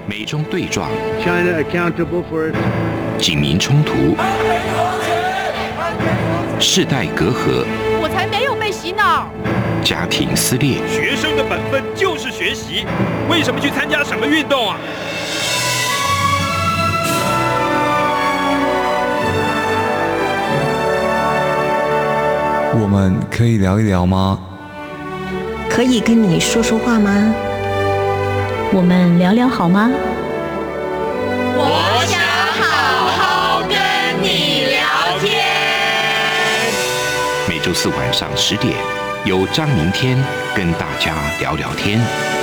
美中对撞， China accountable for it. 警民冲突，世代隔阂， 我才没有被洗脑。 家庭撕裂。 学生的本分就是学习，为什么去参加什么运动啊？ 我们可以聊一聊吗？ 可以跟你说说话吗？ 我们聊聊好吗？ 我想好好跟你聊天。 每周四晚上10点，由张明天跟大家聊聊天。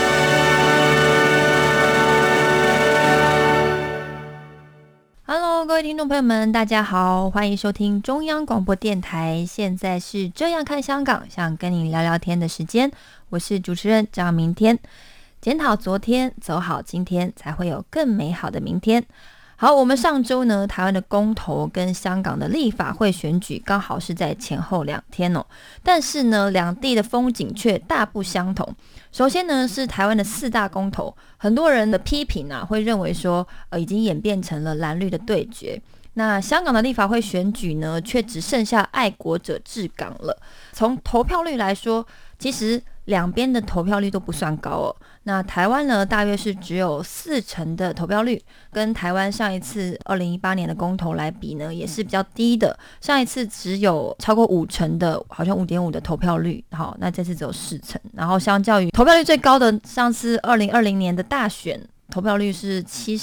Hello， 各位听众朋友们，大家好，欢迎收听中央广播电台。现在是这样看香港，想跟你聊聊天的时间，我是主持人张明天。检讨昨天，走好今天，才会有更美好的明天。好，我们上周呢，台湾的公投跟香港的立法会选举刚好是在前后2天哦，但是呢，两地的风景却大不相同。首先呢，是台湾的4大公投，很多人的批评啊，会认为说，已经演变成了蓝绿的对决。那香港的立法会选举呢，却只剩下爱国者治港了。从投票率来说，其实两边的投票率都不算高哦。那台湾呢，大约是只有40%的投票率，跟台湾上一次2018年的公投来比呢，也是比较低的。上一次只有超过50%的，好像5.5%的投票率，好，那这次只有40%。然后相较于投票率最高的上次2020年的大选，投票率是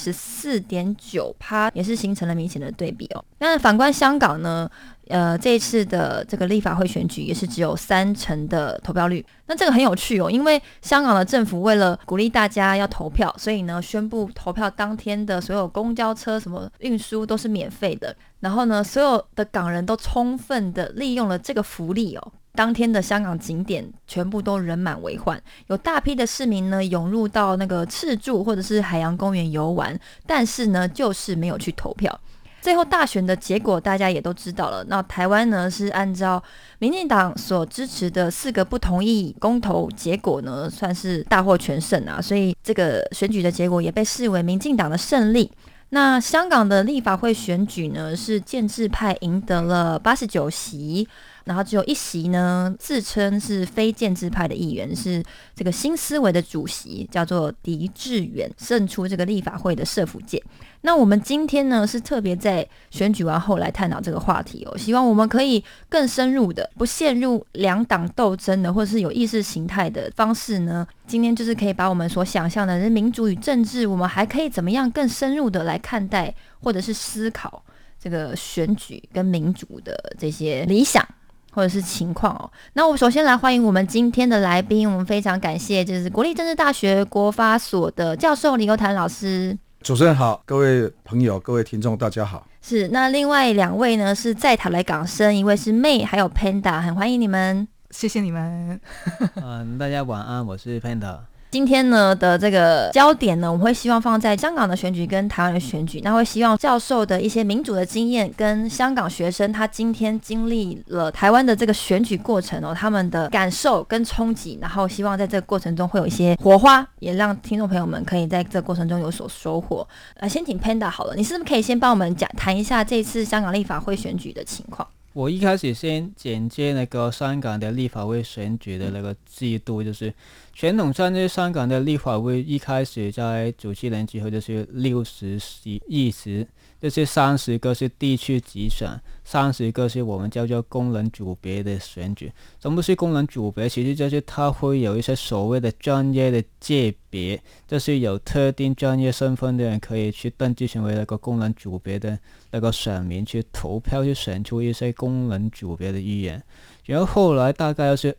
74.9%，也是形成了明显的对比哦。那反观香港呢，这一次的这个立法会选举也是只有30%的投票率。那这个很有趣哦，因为香港的政府为了鼓励大家要投票，所以呢宣布投票当天的所有公交车什么运输都是免费的。然后呢，所有的港人都充分的利用了这个福利哦。当天的香港景点全部都人满为患，有大批的市民呢涌入到那个赤柱或者是海洋公园游玩，但是呢就是没有去投票。最后大选的结果大家也都知道了，那台湾呢是按照民进党所支持的4个不同意公投结果呢，算是大获全胜啊，所以这个选举的结果也被视为民进党的胜利。那香港的立法会选举呢，是建制派赢得了89席，然后只有1席呢自称是非建制派的议员，是这个新思维的主席，叫做狄志远，胜出这个立法会的社福界。那我们今天呢是特别在选举完后来探讨这个话题哦，希望我们可以更深入的，不陷入两党斗争的或是有意识形态的方式呢。今天就是可以把我们所想象的民主与政治，我们还可以怎么样更深入的来看待或者是思考这个选举跟民主的这些理想或者是情况哦。那我首先来欢迎我们今天的来宾，我们非常感谢就是国立政治大学国发所的教授李由谈老师。 主持人好，各位朋友各位听众大家好。 是，那另外2位呢是在台来港生，一位是妹还有 Panda， 很欢迎你们。 谢谢你们。 大家晚安，我是 Panda。 今天呢的这个焦点呢，我们会希望放在香港的选举跟台湾的选举，那会希望教授的一些民主的经验跟香港学生他今天经历了台湾的这个选举过程哦，他们的感受跟冲击，然后希望在这个过程中会有一些火花，也让听众朋友们可以在这个过程中有所收获。先请 Panda 好了，你是不是可以先帮我们谈一下这次香港立法会选举的情况？ 我一开始先简介那个香港的立法会选举的那个制度，就是传统上就是香港的立法会一开始在97年之后就是60席议席，就是30个是地区直选，30个是我们叫做功能组别的选举。什么是功能组别？其实就是它会有一些所谓的专业的界别，就是有特定专业身份的人可以去登记成为那个功能组别的那个选民，去投票去选出一些功能组别的议员。然后后来大概是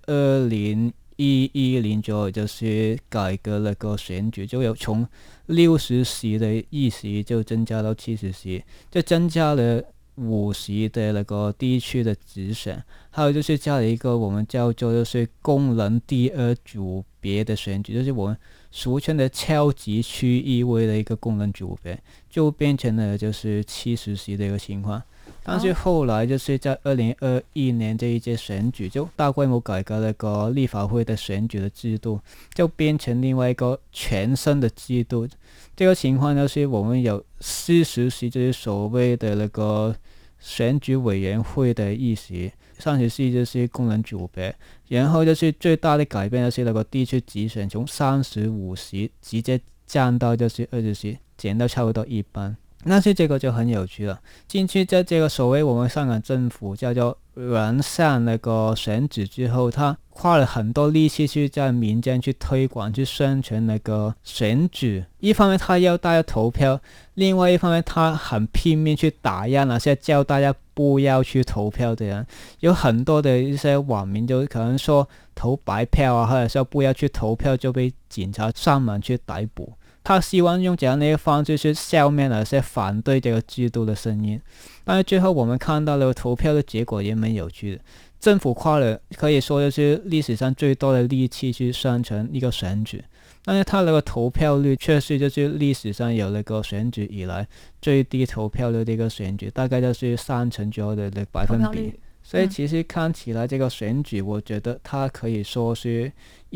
2011年左右，就是改革那个选举，就有从60席的议席就增加到70席，就增加了5席的那个地区的直选，还有就是加了一个我们叫做就是功能第2组别的选举，就是我们俗称的超级区议会的一个功能组别，就变成了就是70席的一个情况。 但是后来就是在2021年这一届选举，就大规模改革那个立法会的选举的制度，就变成另外一个全新的制度。这个情况就是我们有40席，就是所谓的那个选举委员会的议席，30席就是功能组别，然后就是最大的改变就是那个地区直选从35席直接降到就是20席，减到差不多一半。但是这个就很有趣了，进去在这个所谓我们香港政府叫做完善那个选举之后，他花了很多力气去在民间去推广去宣传那个选举。一方面他要大家投票，另外一方面他很拼命去打压那些叫大家不要去投票的人。有很多的一些网民就可能说投白票啊，或者说不要去投票就被警察上门去逮捕。他希望用这样的一个方式去消灭那些反对这个制度的声音，但是最后我们看到了投票的结果也蛮有趣的。政府花了可以说就是历史上最多的力气去宣传一个选举，但是他那个投票率确实就是历史上有那个选举以来最低投票率的一个选举，大概就是30%左右的百分比。所以其实看起来这个选举，我觉得它可以说是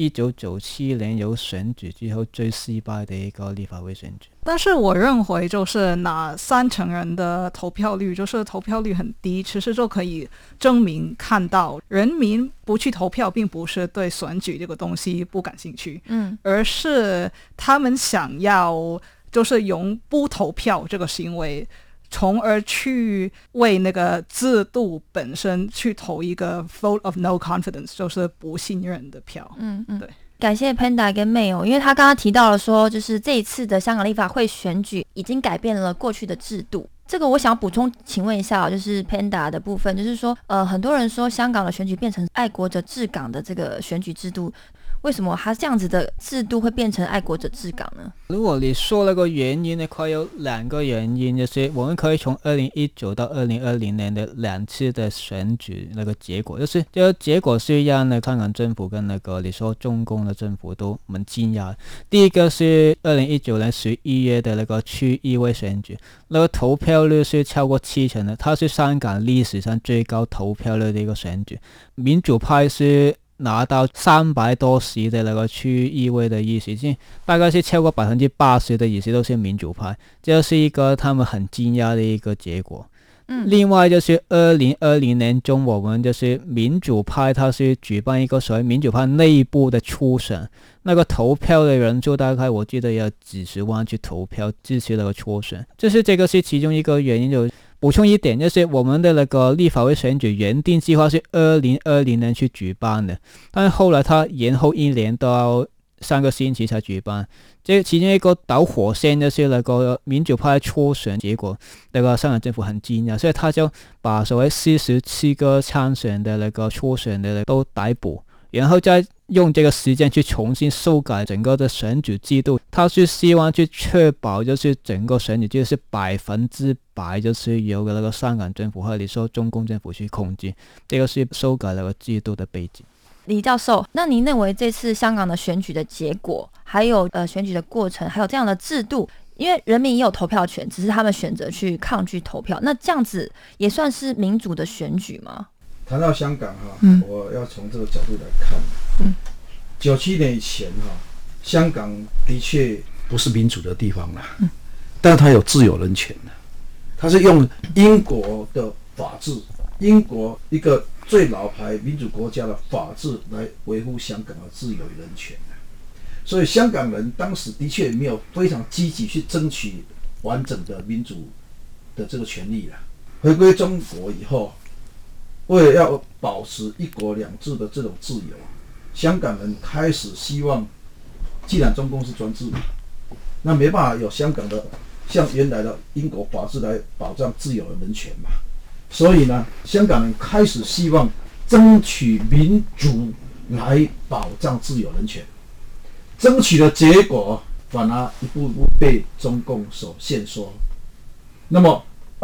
1997年有选举之后最失败的一个立法会选举。 但是我认为就是拿30%人的投票率，就是投票率很低，其实就可以证明看到人民不去投票并不是对选举这个东西不感兴趣，而是他们想要就是用不投票这个行为，从而去为那个制度本身去投一个 vote of no confidence， 就是不信任的票。对。 感谢 Panda 跟 Mail， 因为他刚刚提到了说，就是这一次的香港立法会选举已经改变了过去的制度。这个我想补充请问一下，就是 Panda 的部分，就是说很多人说香港的选举变成爱国者治港的这个选举制度，为什么它这样子的制度会变成爱国者治港呢？ 如果你说那个原因的话，有2个原因，就是我们可以从2019到2020年的2次的选举那个结果，就是这个结果是让那香港政府跟那个你说中共的政府都蛮惊讶。第一个是2019年11月的那个区议会选举，那个投票率是超过70%的，它是香港历史上最高投票率的一个选举。民主派是拿到300多席的那个区议会的议席，大概是超过80%的议席都是民主派，这是一个他们很惊讶的一个结果。另外就是2020年中，我们就是民主派他是举办一个所谓民主派内部的初选，那个投票的人数大概我记得有几十万去投票支持那个初选，就是这个是其中一个原因。就补充一点，就是我们的那个立法会选举原定计划是2020年去举办的，但是后来它延后1年到3个星期才举办。这其中一个导火线就是那个民主派初选结果，那个香港政府很惊讶，所以他就把所谓47个参选的那个初选的都逮捕，然后再用这个时间去重新修改整个的选举制度。他是希望去确保就是整个选举制度是100%就是由那个香港政府或者你说中共政府去控制，这个是修改那个制度的背景。 李教授，那您认为这次香港的选举的结果，还有选举的过程，还有这样的制度，因为人民也有投票权，只是他们选择去抗拒投票，那这样子也算是民主的选举吗？ 谈到香港我要从这个角度来看。97年以前香港的确不是民主的地方啦，但是它有自由人权的，它是用英国的法治，英国一个最老牌民主国家的法治来维护香港的自由人权的，所以香港人当时的确没有非常积极去争取完整的民主的这个权利啦。回归中国以后，为了要保持一国两制的这种自由，香港人开始希望，既然中共是专制嘛，那没办法有香港的像原来的英国法治来保障自由的人权嘛，所以呢，香港人开始希望争取民主来保障自由人权，争取的结果反而一步步被中共所限缩。那么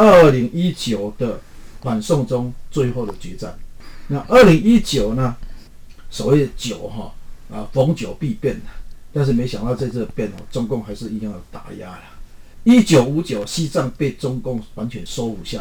2019的反送中最后的决战，那2019呢，所谓的九逢九必变，但是没想到在这变中共还是一样的打压了。1959西藏被中共完全收复下来，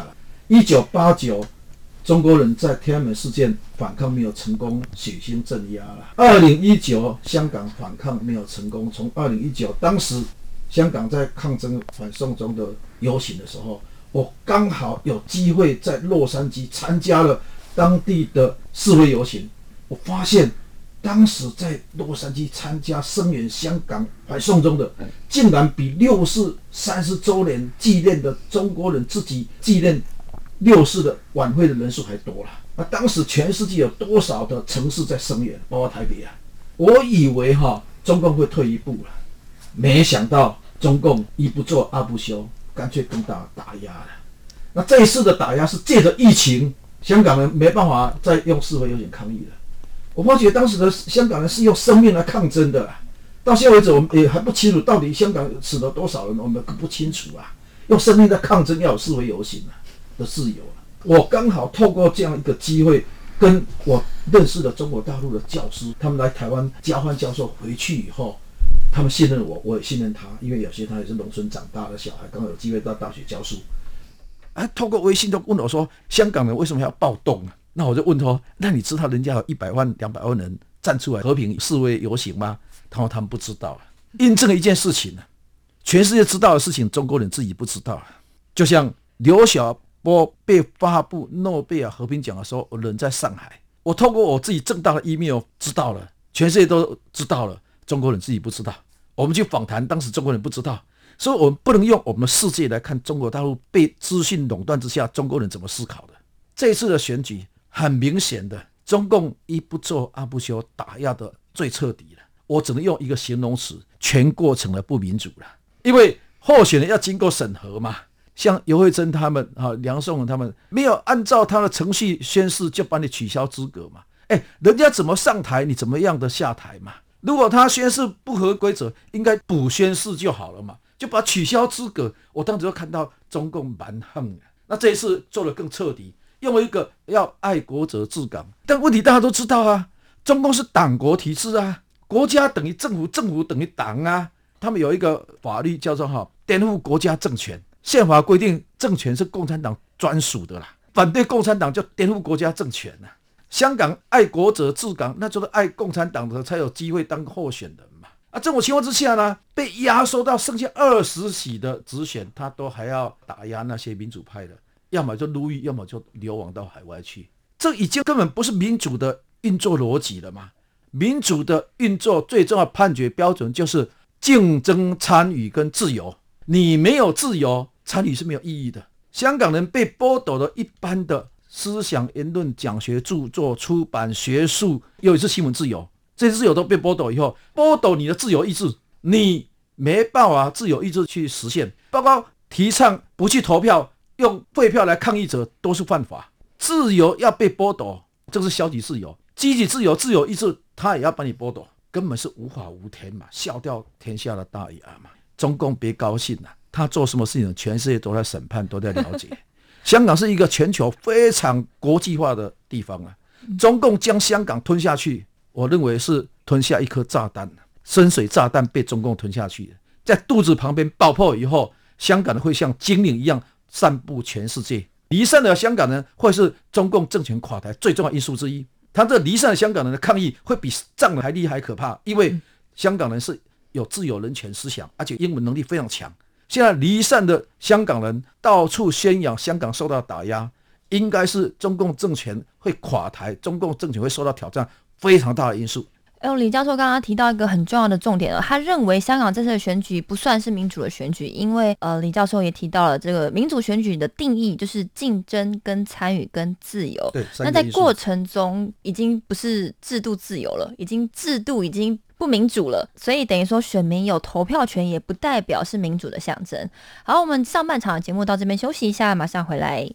1989中国人在天安门事件反抗没有成功，血腥镇压了。2019香港反抗没有成功，从2019当时香港在抗争反送中的游行的时候，我刚好有机会在洛杉矶参加了当地的示威游行。我发现当时在洛杉矶参加声援香港反送中的，竟然比六四30周年纪念的中国人自己纪念六四的晚会的人数还多了。那当时全世界有多少的城市在声援，包括台北啊？我以为中共会退一步了，没想到中共一不做二不休，干脆更大打压了。那这一次的打压是借着疫情，香港人没办法再用示威游行抗议了。我发觉当时的香港人是用生命来抗争的啦。到现在为止，我们也还不清楚到底香港死了多少人，我们不清楚啊。用生命在抗争，要有示威游行的自由。我刚好透过这样一个机会，跟我认识的中国大陆的教师，他们来台湾交换教授回去以后，他们信任我，我也信任他，因为有些他也是农村长大的小孩，刚好有机会到大学教书。透过微信都问我说，香港人为什么要暴动啊？那我就问他，那你知道人家有100万、200万人站出来和平示威游行吗？他说他们不知道。印证了一件事情，全世界知道的事情，中国人自己不知道。就像刘晓波被发布诺贝尔和平奖的时候，我人在上海，我透过我自己正大的 email 知道了，全世界都知道了，中国人自己不知道。我们去访谈，当时中国人不知道，所以我们不能用我们的世界来看中国大陆被资讯垄断之下，中国人怎么思考的。这一次的选举，很明显的，中共一不做二不休，打压的最彻底了。我只能用一个形容词，全过程的不民主了。因为候选人要经过审核嘛，像游惠珍他们、梁颂文他们，没有按照他的程序宣誓，就把你取消资格嘛。人家怎么上台，你怎么样的下台嘛。如果他宣誓不合规则，应该补宣誓就好了嘛，就把取消资格。我当时就看到中共蛮横的，那这一次做得更彻底，用一个要爱国者治港。但问题大家都知道啊，中共是党国体制啊，国家等于政府，政府等于党啊。他们有一个法律叫做颠覆国家政权，宪法规定政权是共产党专属的啦，反对共产党就颠覆国家政权啦。香港爱国者治港，那就是爱共产党的才有机会当候选人嘛。这种情况之下呢，被压缩到剩下20席的直选，他都还要打压那些民主派的，要么就入狱，要么就流亡到海外去。这已经根本不是民主的运作逻辑了嘛。民主的运作最重要的判决标准就是竞争、参与跟自由。你没有自由，参与是没有意义的。香港人被剥夺了一般的思想、言论、讲学、著作、出版、学术，又一次新闻自由，这些自由都被剥夺以后，剥夺你的自由意志，你没办法自由意志去实现。包括提倡不去投票、用废票来抗议者，都是犯法。自由要被剥夺，这是消极自由。积极自由、自由意志，他也要把你剥夺，根本是无法无天嘛，笑掉天下的大牙嘛。中共别高兴了，他做什么事情，全世界都在审判，都在了解。香港是一个全球非常国际化的地方啊，中共将香港吞下去，我认为是吞下一颗炸弹，深水炸弹被中共吞下去，在肚子旁边爆破以后，香港人会像精灵一样散布全世界。离散的香港人会是中共政权垮台最重要因素之一。他这离散的香港人的抗议会比藏人还厉害可怕，因为香港人是有自由人权思想，而且英文能力非常强。现在离散的香港人到处宣扬香港受到打压，应该是中共政权会垮台，中共政权会受到挑战非常大的因素。 李教授刚刚提到一个很重要的重点了，他认为香港这次的选举不算是民主的选举，因为李教授也提到了这个民主选举的定义就是竞争跟参与跟自由。 对， 那在过程中已经不是制度自由了，制度已经不民主了，所以等于说选民有投票权也不代表是民主的象征。好，我们上半场的节目到这边休息一下，马上回来。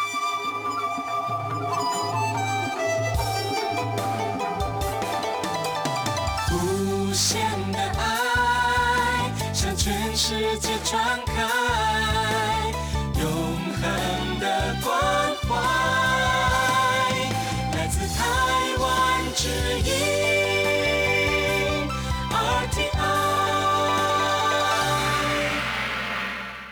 无限的爱向全世界传开，永恒的关怀来自台湾之音 RTI。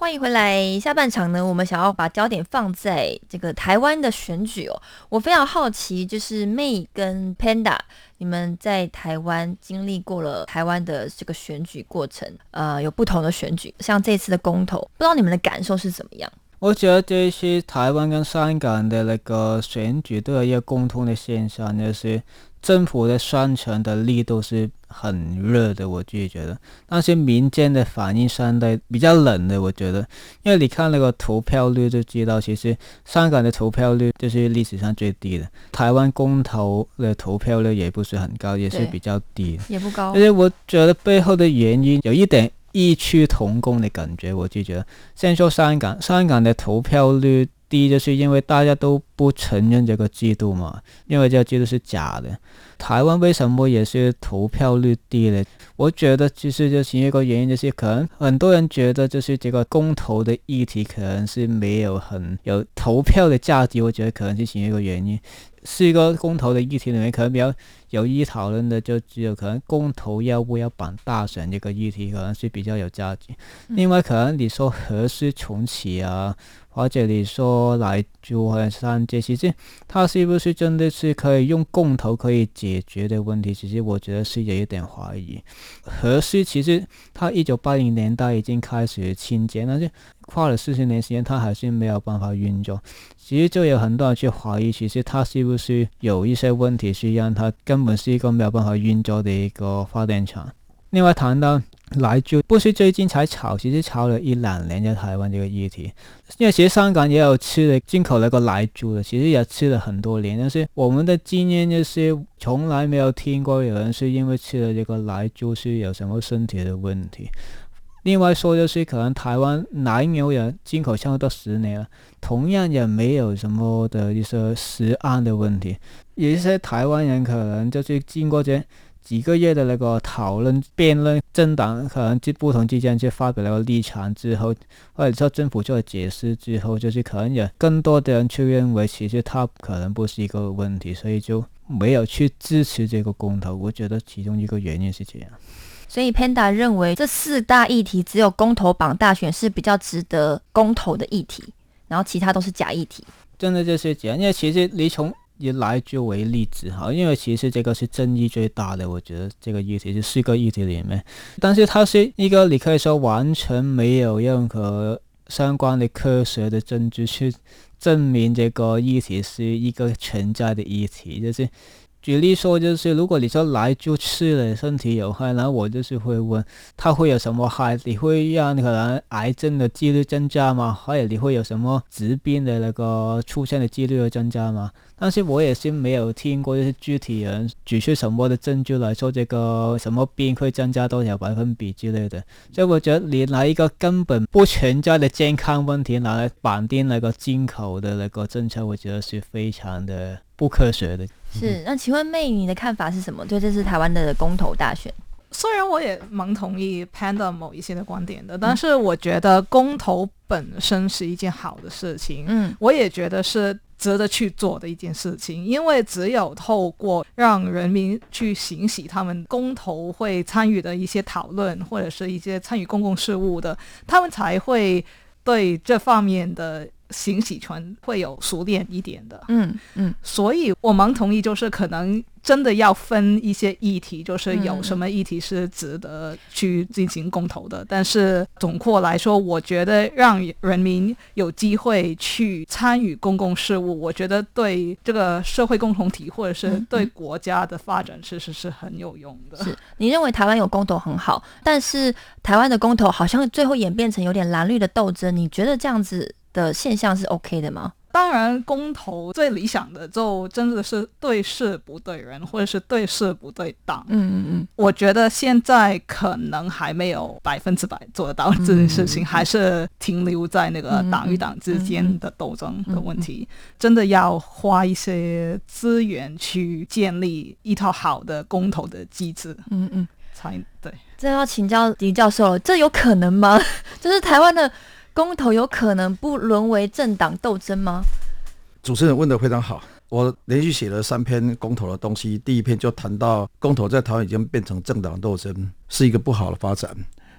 欢迎回来。下半场呢，我们想要把焦点放在这个台湾的选举哦。我非常好奇，就是 May 跟 Panda， 你们在台湾经历过了台湾的这个选举过程，有不同的选举，像这次的公投，不知道你们的感受是怎么样？ 我觉得这些台湾跟香港的那个选举都有一个共同的现象，就是政府的宣传的力度是很热的，我自己觉得，但是民间的反应相对比较冷的，我觉得，因为你看那个投票率就知道，其实香港的投票率就是历史上最低的，台湾公投的投票率也不是很高，也是比较低， 也不高。 而且我觉得背后的原因有一点异曲同工的感觉，我就觉得，先说香港的投票率低，就是因为大家都不承认这个制度嘛，因为这个制度是假的。台湾为什么也是投票率低呢？我觉得其实就是一个原因，就是可能很多人觉得就是这个公投的议题可能是没有很有投票的价值，我觉得可能是其中一个原因。是一个公投的议题里面，可能比较有意义讨论的就只有可能公投要不要办大选这个议题，可能是比较有价值。另外可能你说核四重启啊，或者你说莱猪或者三阶，其实它是不是真的是可以用公投可以解决的问题，其实我觉得是有一点怀疑。核四其实它1980年代已经开始兴建，但是跨了40年时间它还是没有办法运作，其实就有很多人去怀疑，其实它是不是有一些问题是让它根本是一个没有办法运作的一个发电厂。另外谈到莱猪，不是最近才炒，其实炒了1-2年在台湾这个议题，因为其实香港也有吃了进口那个莱猪的，其实也吃了很多年，但是我们的经验就是从来没有听过有人是因为吃了这个莱猪是有什么身体的问题。另外说就是可能台湾奶牛也进口差不多10年了，同样也没有什么的一些食安的问题。有一些台湾人可能就是经过这几个月的那个讨论辩论，政党可能不同之间去发表那个立场之后，或者说政府做了解释之后，就是可能有更多的人去认为其实它可能不是一个问题，所以就没有去支持这个公投。我觉得其中一个原因是这样。 所以 Panda 认为这4大议题只有公投绑大选是比较值得公投的议题，然后其他都是假议题。 真的就是这样，因为其实你从以莱猪为例子哈，因为其实这个是争议最大的，我觉得这个议题是4个议题里面，但是它是一个你可以说完全没有任何相关的科学的证据去证明这个议题是一个存在的议题。就是举例说，就是如果你说莱猪吃了身体有害，然后我就是会问它会有什么害，你会让可能癌症的几率增加吗？或者你会有什么疾病的那个出现的几率会增加吗？但是我也是没有听过就是具体人举出什么的证据来说这个什么病会增加多少%之类的，所以我觉得你拿一个根本不存在的健康问题拿来绑定那个进口的那个政策，我觉得是非常的不科学的。 是，那请问妹你的看法是什么？对这次台湾的公投大选？ 虽然我也蛮同意 Panda 某一些的观点的，但是我觉得公投本身是一件好的事情，我也觉得是值得去做的一件事情，因为只有透过让人民去行使他们公投会参与的一些讨论，或者是一些参与公共事务的，他们才会对这方面的行使权会有熟练一点的。所以我蛮同意，就是可能真的要分一些议题，就是有什么议题是值得去进行公投的，但是总括来说，我觉得让人民有机会去参与公共事务，我觉得对这个社会共同体或者是对国家的发展其实是很有用的。 是，你认为台湾有公投很好，但是台湾的公投好像最后演变成有点蓝绿的斗争，你觉得这样子的现象是 OK 的吗？ 当然公投最理想的就真的是对事不对人，或者是对事不对党。我觉得现在可能还没有100%做得到这件事情，还是停留在那个党与党之间的斗争的问题。真的要花一些资源去建立一套好的公投的机制。才对。 这要请教李教授了，这有可能吗？就是台湾的公投有可能不沦为政党斗争吗？ 主持人问得非常好，我连续写了3篇公投的东西，第一篇就谈到公投在台湾已经变成政党斗争，是一个不好的发展。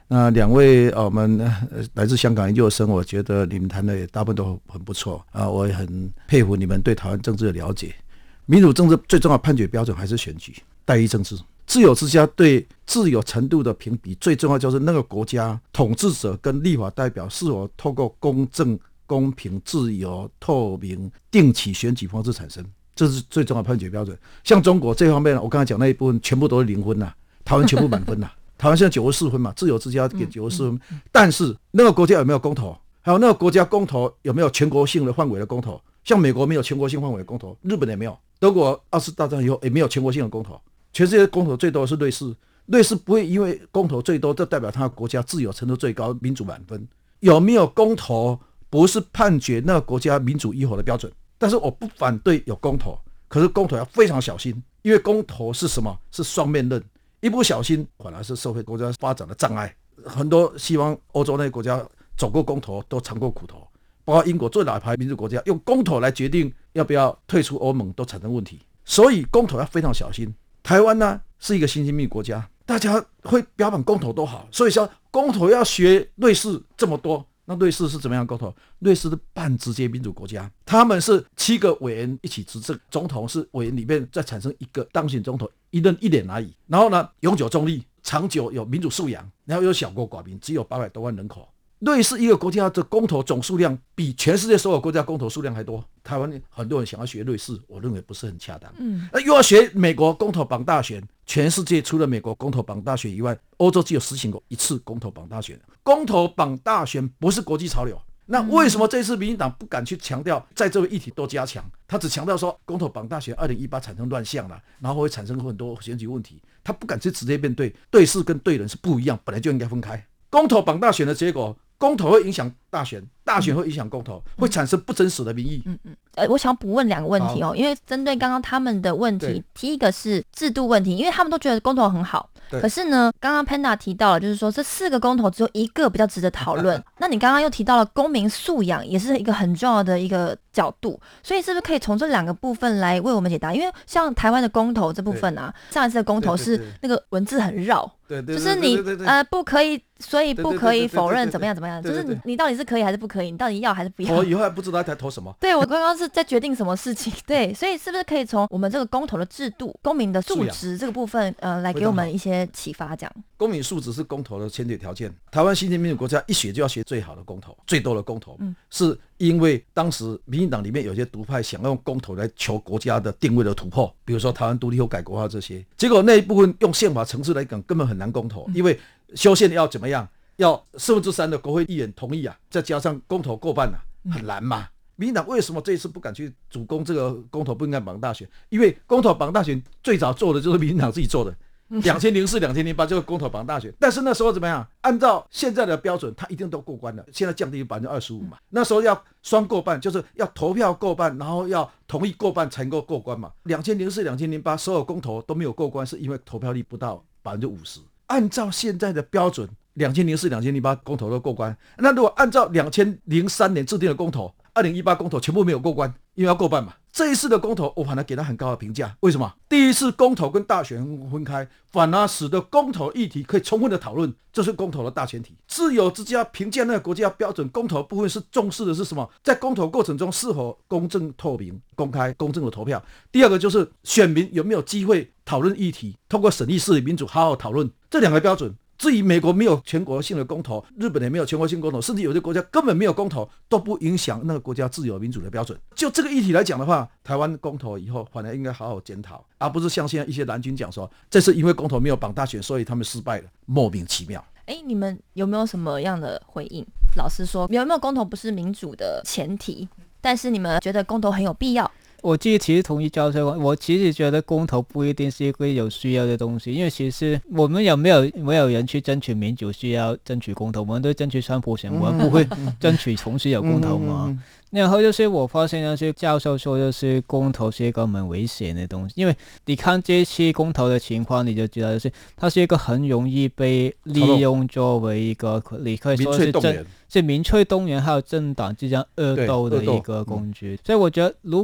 那2位我们来自香港研究生，我觉得你们谈的也大部分都很不错啊，我也很佩服你们对台湾政治的了解。民主政治最重要的判决标准还是选举，代议政治。自由之家对自由程度的评比，最重要就是那个国家统治者跟立法代表是否透过公正、公平、自由、透明、定期选举方式产生，这是最重要的判决标准。像中国这方面，我刚才讲那一部分全部都是0分啦，台湾全部满分啦。台湾现在94分嘛，自由之家给94分，但是那个国家有没有公投？还有那个国家公投有没有全国性的范围的公投？像美国没有全国性范围的公投，日本也没有，德国2次大战以后也没有全国性的公投。全世界公投最多的是瑞士，瑞士不会因为公投最多，这代表他的国家自由程度最高，民主满分。有没有公投不是判决那个国家民主与否的标准，但是我不反对有公投，可是公投要非常小心，因为公投是什么？是双面刃，一不小心反而是社会国家发展的障碍。很多西方欧洲那些国家走过公投都尝过苦头，包括英国最老牌民主国家用公投来决定要不要退出欧盟都产生问题，所以公投要非常小心。台湾呢是一个新兴民主国家，大家会标榜公投都好，所以说公投要学瑞士这么多。那瑞士是怎么样公投？瑞士是半直接民主国家，他们是7个委员一起执政，总统是委员里面再产生1个当选总统，一任1年而已。然后呢，永久中立，长久有民主素养，然后又小国寡民，只有800多万人口。瑞士一个国家的公投总数量比全世界所有国家公投数量还多。台湾很多人想要学瑞士，我认为不是很恰当。又要学美国公投榜大选，全世界除了美国公投榜大选以外，欧洲只有实行过1次公投榜大选。公投榜大选不是国际潮流，那为什么这次民进党不敢去强调在这个议题多加强？他只强调说公投榜大选2018产生乱象了，然后会产生很多选举问题，他不敢去直接面对。对事跟对人是不一样，本来就应该分开。公投榜大选的结果，公投会影响大选，大选会影响公投，会产生不真实的民意。 我想补问2个问题哦，因为针对刚刚他们的问题，第一个是制度问题，因为他们都觉得公投很好，可是呢，刚刚 Panda 提到了，就是说这4个公投只有1个比较值得讨论。那你刚刚又提到了公民素养，也是一个很重要的一个角度，所以是不是可以从这2个部分来为我们解答？因为像台湾的公投这部分啊，上一次的公投是那个文字很绕，就是你不可以，所以不可以否认怎么样怎么样，就是你到底是可以还是不可以，你到底要还是不要？ 我以后还不知道他投什么。 对，我刚刚是在决定什么事情。对，所以是不是可以从我们这个公投的制度、公民的素质这个部分，来给我们一些启发？这样， 公民素质是公投的前提条件。台湾新兴民主国家一学就要学最好的公投，最多的公投，是因为当时民进党里面有些独派想要用公投来求国家的定位的突破，比如说台湾独立后改国化这些，结果那一部分用宪法层次来讲根本很难公投，因为修宪要怎么样，要3/4的国会议员同意啊，再加上公投过半啊，很难嘛。民进党为什么这一次不敢去主攻这个公投不应该绑大选？因为公投绑大选最早做的就是民进党自己做的，2004、2008这个公投绑大选，但是那时候怎么样？按照现在的标准，它一定都过关了。现在降低25%嘛，那时候要双过半，就是要投票过半，然后要同意过半才能够过关嘛。2004、2008所有公投都没有过关，是因为投票率不到50%。按照现在的标准，2004、2008公投都过关。那如果按照2003年制定的公投，2018公投全部没有过关，因为要过半嘛。这一次的公投，我反而给他很高的评价。为什么？第一次公投跟大选分开，反而使得公投议题可以充分的讨论，这是公投的大前提。自由之家评价那个国家标准，公投部分是重视的是什么？在公投过程中是否公正透明、公开、公正的投票。第二个就是选民有没有机会讨论议题，通过审议式民主好好讨论，这2个标准。至于美国没有全国性的公投，日本也没有全国性公投，甚至有些国家根本没有公投，都不影响那个国家自由民主的标准。就这个议题来讲的话，台湾公投以后反而应该好好检讨，而不是像现在一些蓝军讲说，这是因为公投没有绑大选，所以他们失败了，莫名其妙。 你们有没有什么样的回应？老实说，有没有公投不是民主的前提，但是你们觉得公投很有必要？ 我其实同意教授，我其实觉得公投不一定是一个有需要的东西，因为其实我们没有人去争取民主需要争取公投，我们都争取3%选，我们不会争取同时有公投嘛。然后就是我发现那些教授说，就是公投是一个很危险的东西，因为你看这次公投的情况，你就知道就是它是一个很容易被利用作为一个你可以说是民粹动员还有政党之间恶斗的一个工具。所以我觉得如果你要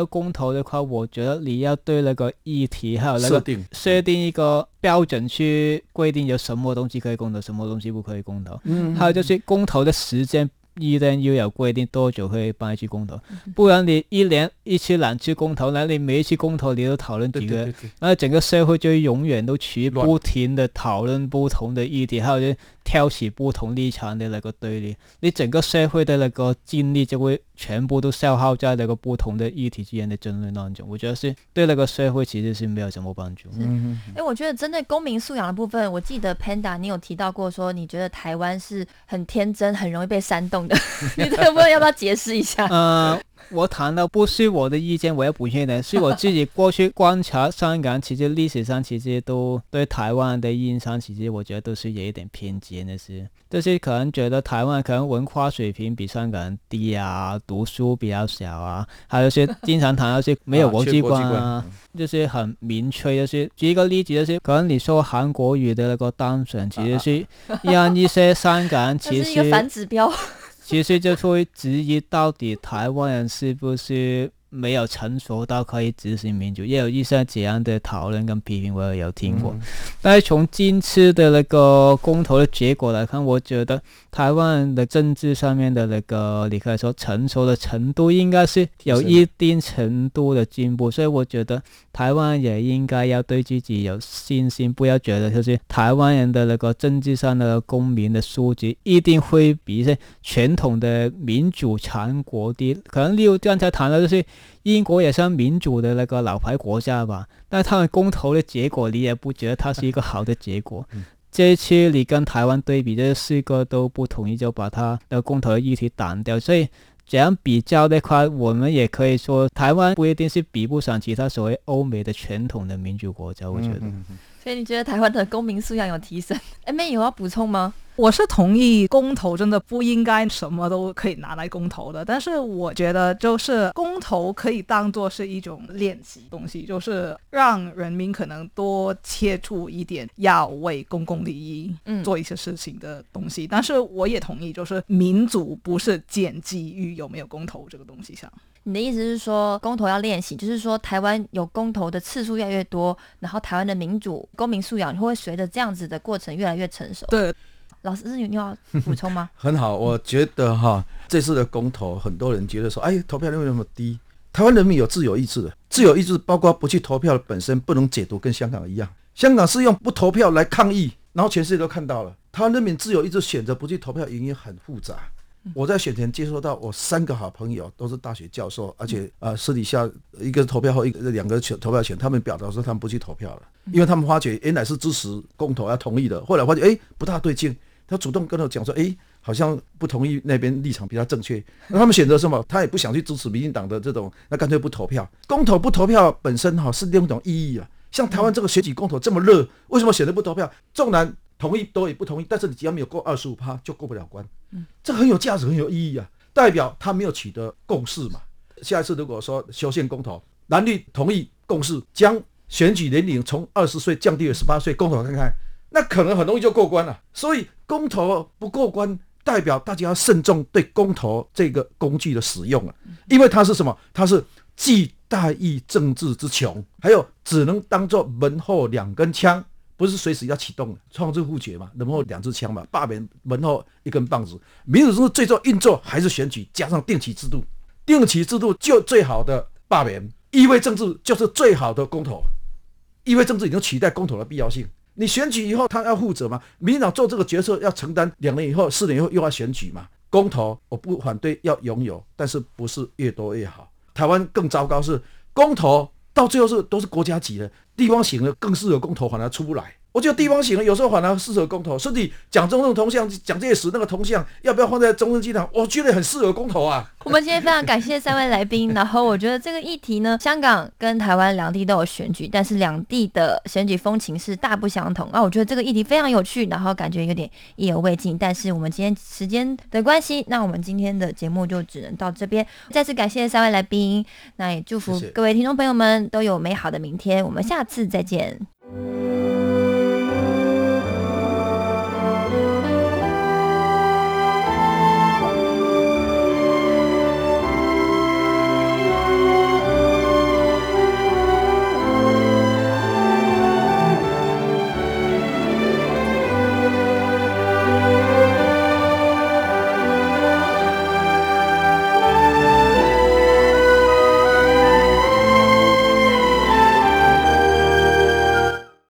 公投的话，我觉得你要对那个议题还有那个设定一个标准去规定有什么东西可以公投，什么东西不可以公投。还有就是公投的时间一定要有规定多久可以办一次公投，不然你一年一次两次公投，那你每一次公投你都讨论几个月，那整个社会就永远都处于不停的讨论不同的议题，还有就是挑起不同立场的那个对立，你整个社会的那个精力就会全部都消耗在那个不同的议题之间的争论当中，我觉得是对那个社会其实是没有什么帮助。 我觉得针对公民素养的部分，我记得 Panda 你有提到过说你觉得台湾是很天真很容易被煽动的你这个部分要不要解释一下？ 我谈到不是我的意见，我要补充一点，是我自己过去观察香港，其实历史上其实都对台湾的印象，其实我觉得都是有一点偏见的，就是可能觉得台湾可能文化水平比香港低啊，读书比较少啊，还有些经常谈到些没有国际观啊，就是很明确，就是举一个例子，就是可能你说韩国语的那个单选，其实是让一些香港人其实是一个反指标。 其实就会质疑到底台湾人是不是没有成熟到可以执行民主，也有一些这样的讨论跟批评我也有听过。但是从今次的那个公投的结果来看，我觉得台湾的政治上面的那个你可以说成熟的程度应该是有一定程度的进步，所以我觉得台湾也应该要对自己有信心，不要觉得就是台湾人的那个政治上的公民的素质一定会比一些传统的民主强国低。可能例如刚才谈到就是英国也算民主的那个老牌国家吧，但他们公投的结果你也不觉得它是一个好的结果。这一次你跟台湾对比，这4个都不同意就把它的公投的议题挡掉，所以这样比较的话，我们也可以说台湾不一定是比不上其他所谓欧美的传统的民主国家，我觉得。 所以你觉得台湾的公民素养有提升？妹有要补充吗？ 我是同意公投真的不应该什么都可以拿来公投的，但是我觉得就是公投可以当作是一种练习东西，就是让人民可能多接触一点要为公共利益做一些事情的东西。但是我也同意就是民主不是建基于有没有公投这个东西上。 你的意思是说公投要练习，就是说台湾有公投的次数越来越多，然后台湾的民主公民素养会随着这样子的过程越来越成熟。 对， 老师你要补充吗？ 很好，我觉得这次的公投很多人觉得说投票率为什么低，台湾人民有自由意志的，自由意志包括不去投票的本身不能解读跟香港一样，香港是用不投票来抗议，然后全世界都看到了，台湾人民自由意志选择不去投票原因很复杂。我在选前接收到我3个好朋友都是大学教授，而且私底下一个投票后2个投票前，他们表达说他们不去投票了，因为他们发觉原来是支持公投要同意的，后来发觉不大对劲，他主动跟我讲说好像不同意那边立场比较正确，那他们选择什么？他也不想去支持民进党的这种，那干脆不投票。公投不投票本身是另一种意义啊。像台湾这个选举公投这么热，为什么选择不投票？纵然同意都也不同意，但是你只要没有过25%就过不了关。这很有价值很有意义啊，代表他没有取得共识嘛。下一次如果说修宪公投，蓝绿同意共识，将选举年龄从20岁降低了18岁，公投看看，那可能很容易就过关了。所以公投不过关，代表大家要慎重对公投这个工具的使用了，因为它是什么？它是既代议政治之穷，还有只能当作门后2根枪。不是随时要启动的，创制互决嘛，门后2支枪嘛，罢免门后1根棒子。民主制度最终运作还是选举加上定期制度，定期制度就最好的罢免，议会政治就是最好的公投，议会政治已经取代公投的必要性。你选举以后他要负责嘛，民进党做这个决策要承担2年以后4年以后又要选举嘛。公投我不反对要拥有，但是不是越多越好。台湾更糟糕是公投到最后都是国家级的，地方型的更适合公投反而出不来。我觉得地方型的有时候反而适合公投，甚至蒋中正铜像、蒋介石那个铜像要不要放在中正纪念堂，我觉得很适合公投啊。 我们今天非常感谢3位来宾，然后我觉得这个议题呢，香港跟台湾2地都有选举，但是2地的选举风情是大不相同。我觉得这个议题非常有趣，然后感觉有点意犹未尽，但是我们今天时间的关系，那我们今天的节目就只能到这边。再次感谢3位来宾，那也祝福各位听众朋友们都有美好的明天，我们下次再见。